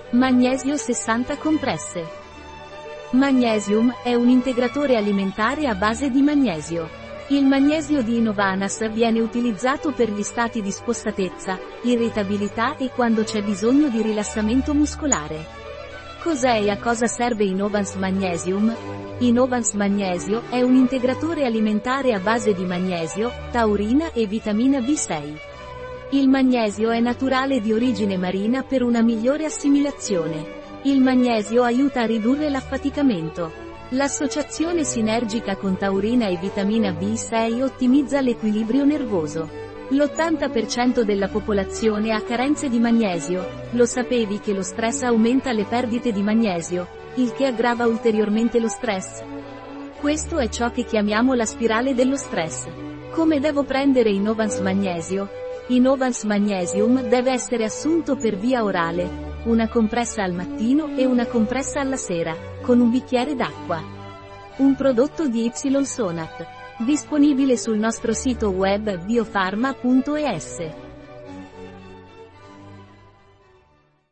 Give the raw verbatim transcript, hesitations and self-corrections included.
Magnesio sessanta compresse. Magnesium è un integratore alimentare a base di magnesio. Il magnesio di Innovanas viene utilizzato per gli stati di spossatezza, irritabilità e quando c'è bisogno di rilassamento muscolare. Cos'è e a cosa serve Innovans Magnesium? Innovans Magnesio è un integratore alimentare a base di magnesio, taurina e vitamina B sei. Il magnesio è naturale di origine marina per una migliore assimilazione. Il magnesio aiuta a ridurre l'affaticamento. L'associazione sinergica con taurina e vitamina B sei ottimizza l'equilibrio nervoso. L'ottanta per cento della popolazione ha carenze di magnesio. Lo sapevi che lo stress aumenta le perdite di magnesio, il che aggrava ulteriormente lo stress? Questo è ciò che chiamiamo la spirale dello stress. Come devo prendere Innovans Magnesio? Innovans Magnesium deve essere assunto per via orale, una compressa al mattino e una compressa alla sera, con un bicchiere d'acqua. Un prodotto di Ysonat. Disponibile sul nostro sito web biofarma punto es.